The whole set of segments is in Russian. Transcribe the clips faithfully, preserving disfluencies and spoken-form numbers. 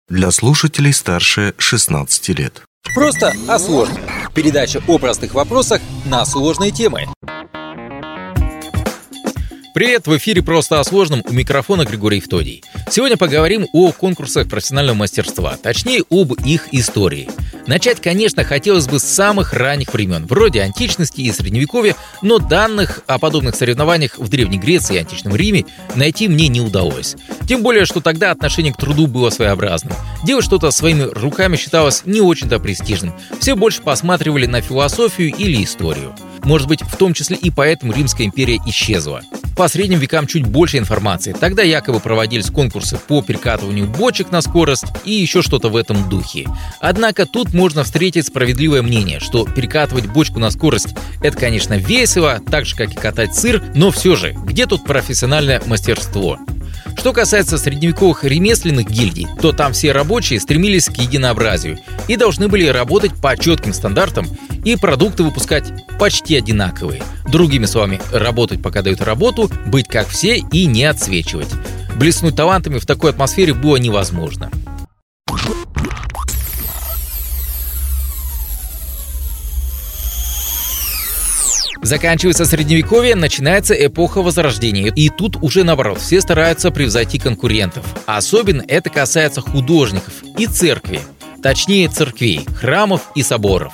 Для слушателей старше шестнадцати лет. Просто о сложном. Передача о простых вопросах на сложные темы. Привет, в эфире «Просто о сложном», у микрофона Григорий Евтодий. Сегодня поговорим о конкурсах профессионального мастерства, точнее об их истории. Начать, конечно, хотелось бы с самых ранних времен, вроде античности и средневековья, но данных о подобных соревнованиях в Древней Греции и античном Риме найти мне не удалось. Тем более, что тогда отношение к труду было своеобразным. Делать что-то своими руками считалось не очень-то престижным. Все больше посматривали на философию или историю. Может быть, в том числе и поэтому Римская империя исчезла. По средним векам чуть больше информации. Тогда якобы проводились конкурсы по перекатыванию бочек на скорость и еще что-то в этом духе. Однако тут можно встретить справедливое мнение, что перекатывать бочку на скорость – это, конечно, весело, так же, как и катать сыр, но все же, где тут профессиональное мастерство? Что касается средневековых ремесленных гильдий, то там все рабочие стремились к единообразию и должны были работать по четким стандартам и продукты выпускать почти одинаковые. Другими словами, работать пока дают работу, быть как все и не отсвечивать. Блеснуть талантами в такой атмосфере было невозможно. Заканчивается средневековье, начинается эпоха Возрождения. И тут уже наоборот, все стараются превзойти конкурентов. Особенно это касается художников и церкви. Точнее, церквей, храмов и соборов.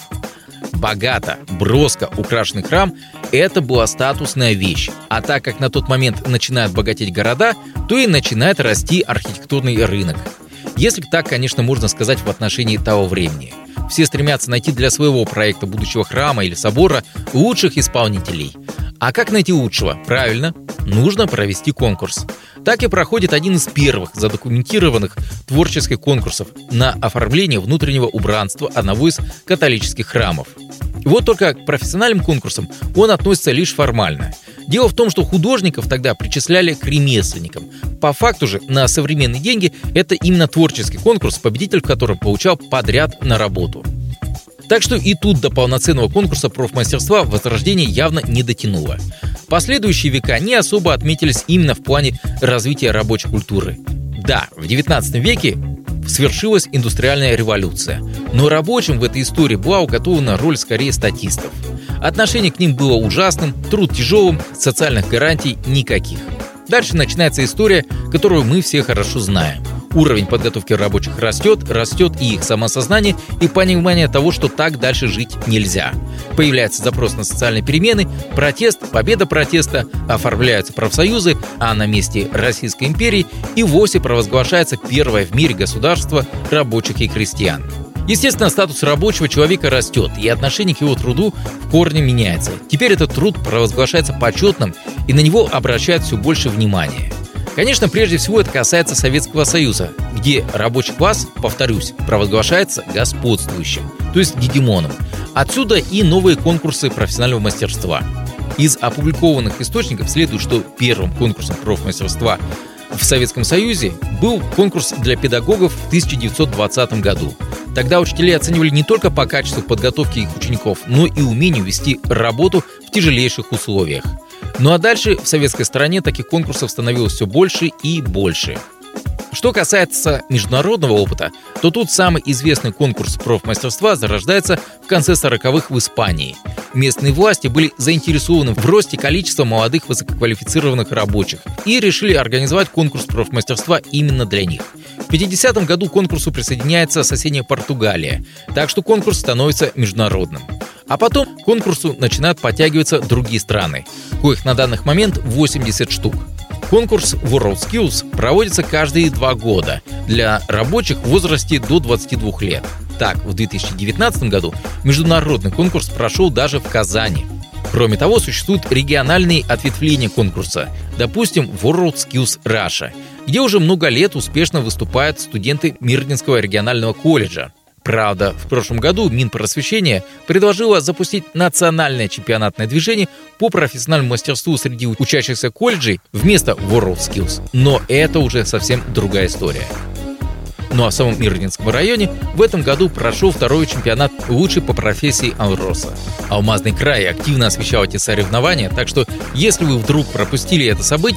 Богато, броско украшенный храм – это была статусная вещь. А так как на тот момент начинают богатеть города, то и начинает расти архитектурный рынок. Если так, конечно, можно сказать в отношении того времени. Все стремятся найти для своего проекта будущего храма или собора лучших исполнителей. А как найти лучшего? Правильно, нужно провести конкурс. Так и проходит один из первых задокументированных творческих конкурсов на оформление внутреннего убранства одного из католических храмов. И вот только к профессиональным конкурсам он относится лишь формально. Дело в том, что художников тогда причисляли к ремесленникам. По факту же, на современные деньги это именно творческий конкурс, победитель в котором получал подряд на работу. Так что и тут до полноценного конкурса профмастерства Возрождение явно не дотянуло. Последующие века не особо отметились именно в плане развития рабочей культуры. Да, в девятнадцатом веке свершилась индустриальная революция, но рабочим в этой истории была уготована роль скорее статистов. Отношение к ним было ужасным, труд тяжелым, социальных гарантий никаких. Дальше начинается история, которую мы все хорошо знаем. Уровень подготовки рабочих растет, растет и их самосознание, и понимание того, что так дальше жить нельзя. Появляется запрос на социальные перемены, протест, победа протеста, оформляются профсоюзы, а на месте Российской империи и вовсе провозглашается первое в мире государство рабочих и крестьян. Естественно, статус рабочего человека растет, и отношение к его труду в корне меняется. Теперь этот труд провозглашается почетным, и на него обращают все больше внимания. Конечно, прежде всего это касается Советского Союза, где рабочий класс, повторюсь, провозглашается господствующим, то есть гегемоном. Отсюда и новые конкурсы профессионального мастерства. Из опубликованных источников следует, что первым конкурсом профмастерства в Советском Союзе был конкурс для педагогов в тысяча девятьсот двадцатом году. Тогда учителей оценивали не только по качеству подготовки их учеников, но и умению вести работу в тяжелейших условиях. Ну а дальше в советской стороне таких конкурсов становилось все больше и больше. Что касается международного опыта, то тут самый известный конкурс профмастерства зарождается в конце сороковых в Испании. Местные власти были заинтересованы в росте количества молодых высококвалифицированных рабочих и решили организовать конкурс профмастерства именно для них. В пятидесятом году к конкурсу присоединяется соседняя Португалия, так что конкурс становится международным. А потом к конкурсу начинают подтягиваться другие страны, коих на данный момент восемьдесят штук. Конкурс WorldSkills проводится каждые два года для рабочих в возрасте до двадцати двух лет. Так, в две тысячи девятнадцатом году международный конкурс прошел даже в Казани. Кроме того, существуют региональные ответвления конкурса, допустим, WorldSkills Russia, где уже много лет успешно выступают студенты Мирнинского регионального колледжа. Правда, в прошлом году Минпросвещение предложило запустить национальное чемпионатное движение по профессиональному мастерству среди учащихся колледжей вместо WorldSkills. Но это уже совсем другая история. Ну а в самом Мирнинском районе в этом году прошел второй чемпионат лучший по профессии Алроса. Алмазный край активно освещал эти соревнования, так что если вы вдруг пропустили это событие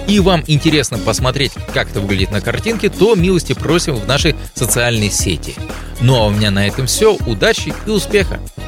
и вам интересно посмотреть, как это выглядит на картинке, то милости просим в наши социальные сети. Ну а у меня на этом все. Удачи и успеха!